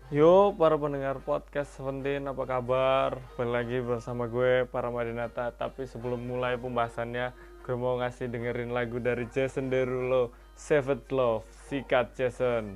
Yo para pendengar podcast Seventeen, apa kabar? Balik lagi bersama gue Paramadinata. Tapi sebelum mulai pembahasannya, gue mau ngasih dengerin lagu dari Jason Derulo, Savage Love. Sikat Jason.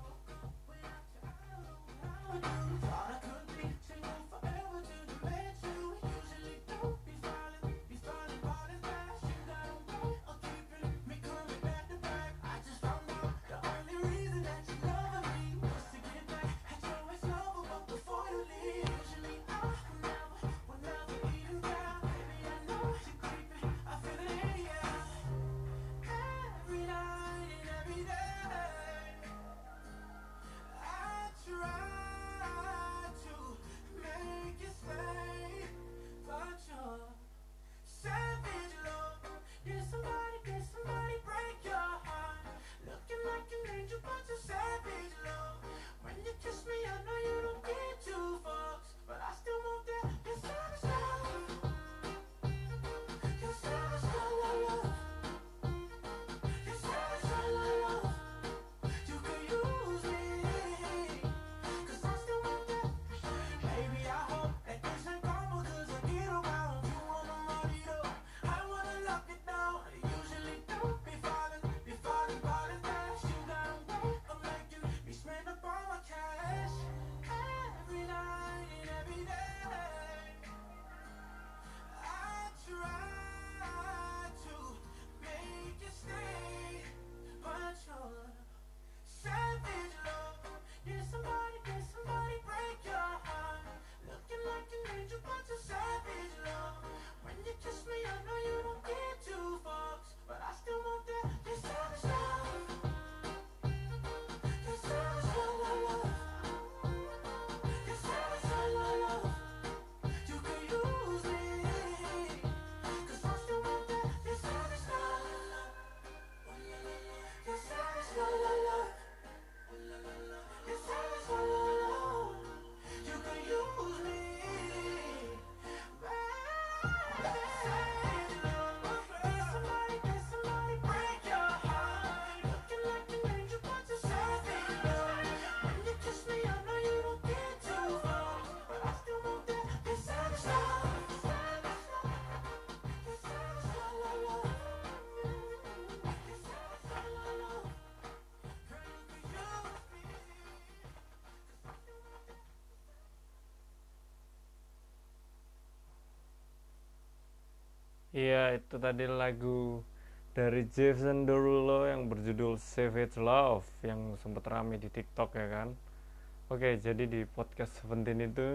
Iya, itu tadi lagu dari Jason Derulo yang berjudul Savage Love yang sempat rame di TikTok ya kan. Oke, jadi di podcast Seventeen itu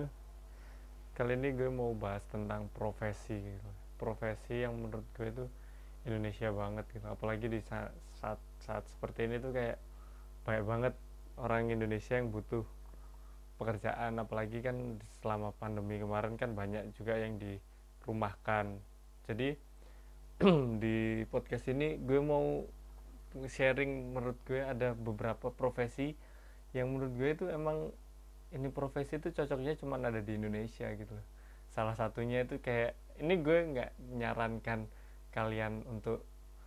kali ini gue mau bahas tentang profesi gitu. Profesi yang menurut gue itu Indonesia banget gitu. Apalagi di saat seperti ini tuh kayak banyak banget orang Indonesia yang butuh pekerjaan, apalagi kan selama pandemi kemarin kan banyak juga yang dirumahkan. Jadi di podcast ini gue mau sharing, menurut gue ada beberapa profesi yang menurut gue itu emang ini profesi itu cocoknya cuma ada di Indonesia gitu. Salah satunya itu kayak, ini gue nggak menyarankan kalian untuk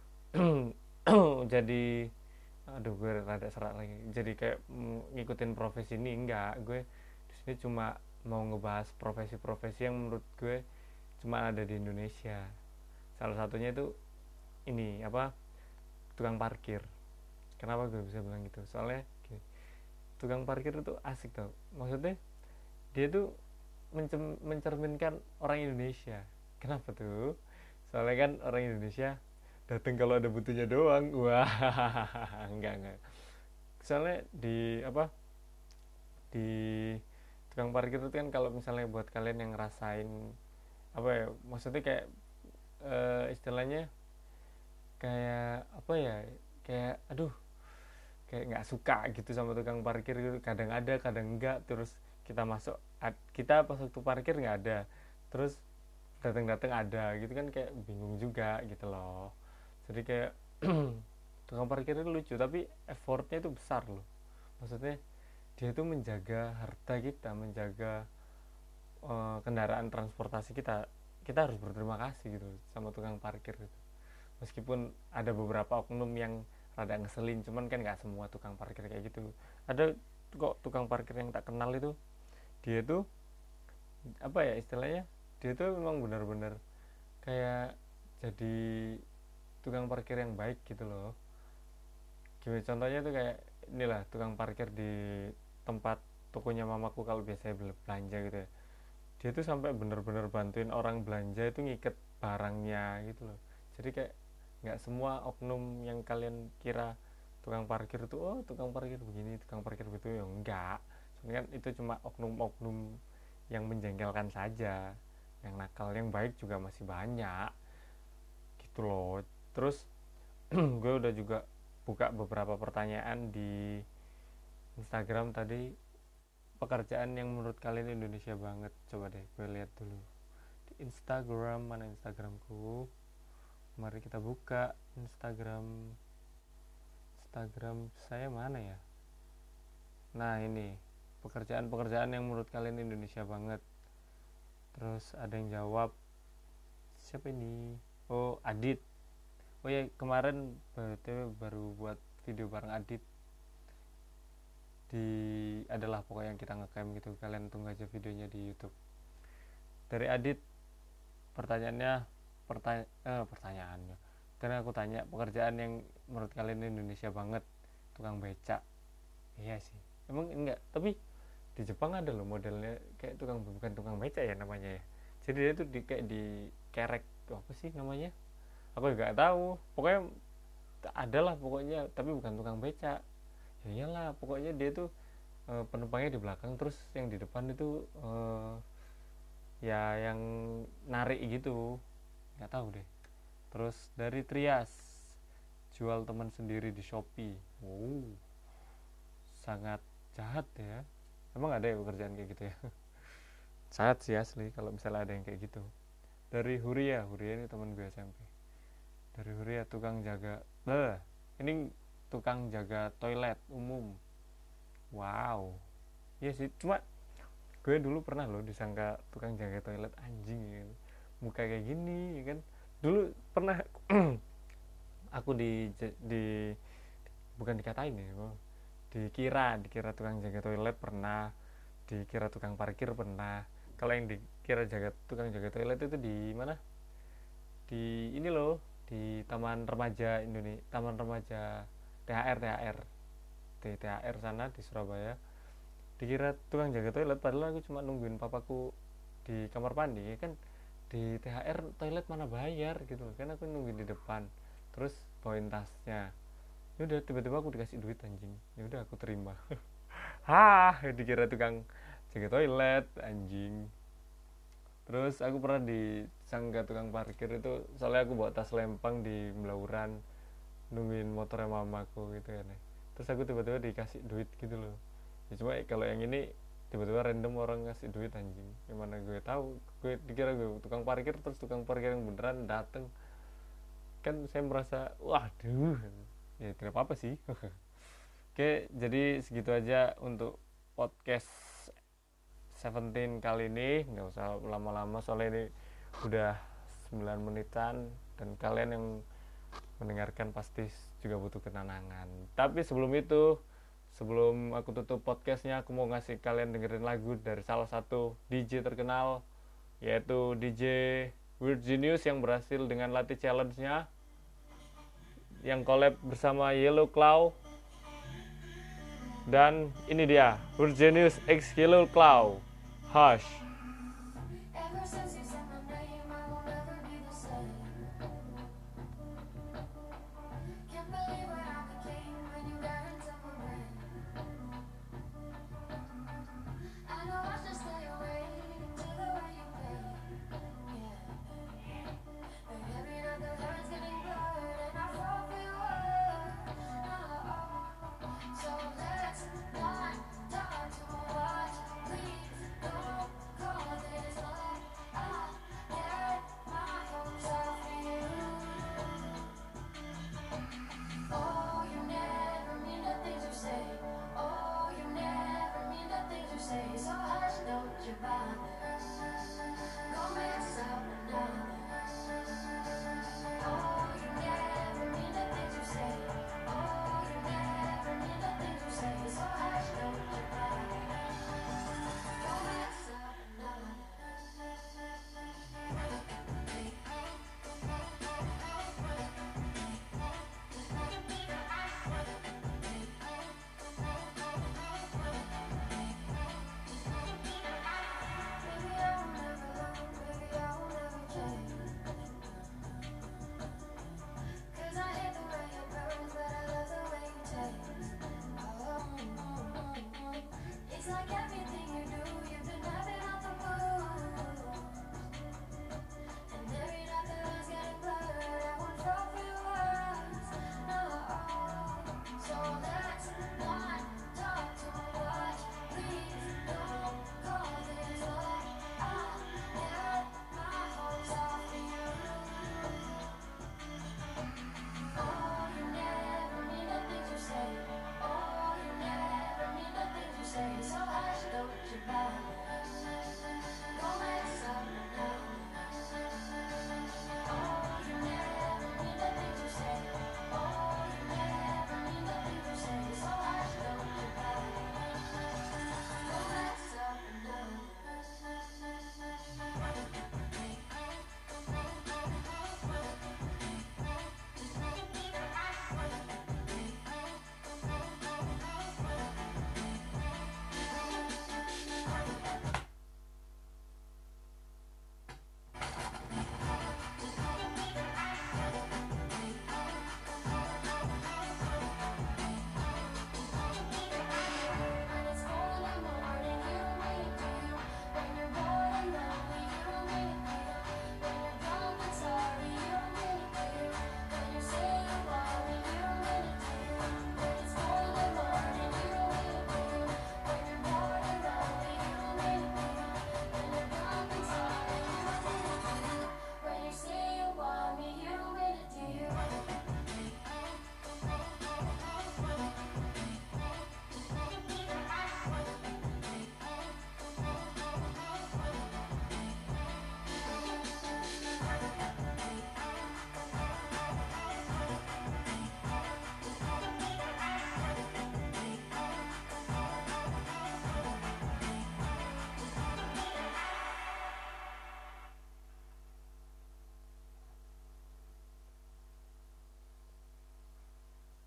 jadi, aduh gue rada serak lagi, jadi kayak ngikutin profesi ini. Enggak, gue di sini cuma mau ngebahas profesi-profesi yang menurut gue cuma ada di Indonesia. Salah satunya itu ini apa, tukang parkir. Kenapa gue bisa bilang gitu? Soalnya gini, tukang parkir itu asik tau. Maksudnya dia tuh mencerminkan orang Indonesia. Kenapa tuh? Soalnya kan orang Indonesia datang kalau ada butuhnya doang. Wah, enggak. Soalnya di apa, di tukang parkir itu kan, kalau misalnya buat kalian yang ngerasain apa ya, maksudnya kayak istilahnya kayak apa ya, kayak aduh, kayak nggak suka gitu sama tukang parkir gitu. Kadang ada, kadang enggak. Terus kita masuk, kita pas waktu parkir nggak ada, terus datang-datang ada gitu kan, kayak bingung juga gitu loh. Jadi kayak tukang parkir itu lucu, tapi effortnya itu besar loh. Maksudnya dia tuh menjaga harta kita, menjaga kendaraan transportasi kita. Kita harus berterima kasih gitu sama tukang parkir gitu. Meskipun ada beberapa oknum yang rada ngeselin, cuman kan nggak semua tukang parkir kayak gitu. Ada kok tukang parkir yang tak kenal itu, dia tuh apa ya istilahnya, dia tuh memang benar-benar kayak jadi tukang parkir yang baik gitu loh. Gimana contohnya tuh kayak inilah tukang parkir di tempat tokonya mamaku kalau biasanya belanja gitu ya, dia tuh sampai bener-bener bantuin orang belanja itu ngiket barangnya gitu loh. Jadi kayak nggak semua oknum yang kalian kira tukang parkir tuh oh tukang parkir begini tukang parkir begitu ya enggak, sebenarnya kan itu cuma oknum-oknum yang menjengkelkan saja, yang nakal. Yang baik juga masih banyak gitu loh. Terus gue udah juga buka beberapa pertanyaan di Instagram tadi, pekerjaan yang menurut kalian Indonesia banget. Coba deh gue lihat dulu di Instagram, mana Instagramku, mari kita buka Instagram saya mana ya. Nah ini pekerjaan-pekerjaan yang menurut kalian Indonesia banget. Terus ada yang jawab, siapa ini, oh Adit. Oh ya kemarin BTW baru buat video bareng Adit di adalah pokoknya yang kita ngecam gitu, kalian tunggu aja videonya di YouTube. Dari Adit pertanyaannya, pertanyaannya karena aku tanya pekerjaan yang menurut kalian Indonesia banget, tukang becak. Iya sih emang enggak, tapi di Jepang ada loh modelnya kayak tukang, bukan tukang becak ya namanya ya, jadi dia tuh kayak di kerek apa sih namanya, aku juga gak tahu, pokoknya ada lah pokoknya, tapi bukan tukang becak. Ya iyalah pokoknya dia tuh penumpangnya di belakang, terus yang di depan itu ya yang narik gitu, nggak tahu deh. Terus dari Trias, jual teman sendiri di Shopee. Wow, sangat jahat ya. Emang ada ya pekerjaan kayak gitu ya? Sangat sih asli kalau misalnya ada yang kayak gitu. Dari Huria ini teman gue SMP. Dari Huria, tukang jaga, ini tukang jaga toilet umum. Wow, iya sih, cuma gue dulu pernah loh disangka tukang jaga toilet, anjing gitu. Muka kayak gini ya kan. Dulu pernah aku di bukan dikatain ya, dikira tukang jaga toilet pernah, dikira tukang parkir pernah. Kalau yang dikira tukang jaga toilet itu di mana, di ini loh, di Taman Remaja Indonesia, Taman Remaja THR di THR sana di Surabaya. Dikira tukang jaga toilet padahal aku cuma nungguin papaku di kamar mandi ya kan. Di THR toilet mana bayar gitu kan, aku nungguin di depan terus bawain tasnya. Ya udah tiba-tiba aku dikasih duit anjing, ya udah aku terima. Dikira tukang jaga toilet anjing. Terus aku pernah disangka tukang parkir itu soalnya aku bawa tas lempang di Belauran nungguin motornya mamaku gitu kan. Terus aku tiba-tiba dikasih duit gitu loh. Ya cuma kalau yang ini tiba-tiba random orang ngasih duit anjing, gimana gue tahu, gue dikira gue tukang parkir, terus tukang parkir yang beneran dateng kan. Saya merasa waduh, ya tidak apa-apa sih. Oke, jadi segitu aja untuk podcast 17 kali ini, nggak usah lama-lama soalnya ini udah 9 menitan dan kalian yang mendengarkan pasti juga butuh kenangan. Tapi sebelum itu, sebelum aku tutup podcastnya, aku mau ngasih kalian dengerin lagu dari salah satu DJ terkenal, yaitu DJ Weird Genius yang berhasil dengan Latih Challenge-nya, yang collab bersama Yellow Claw. Dan ini dia Weird Genius X Yellow Claw, Hush.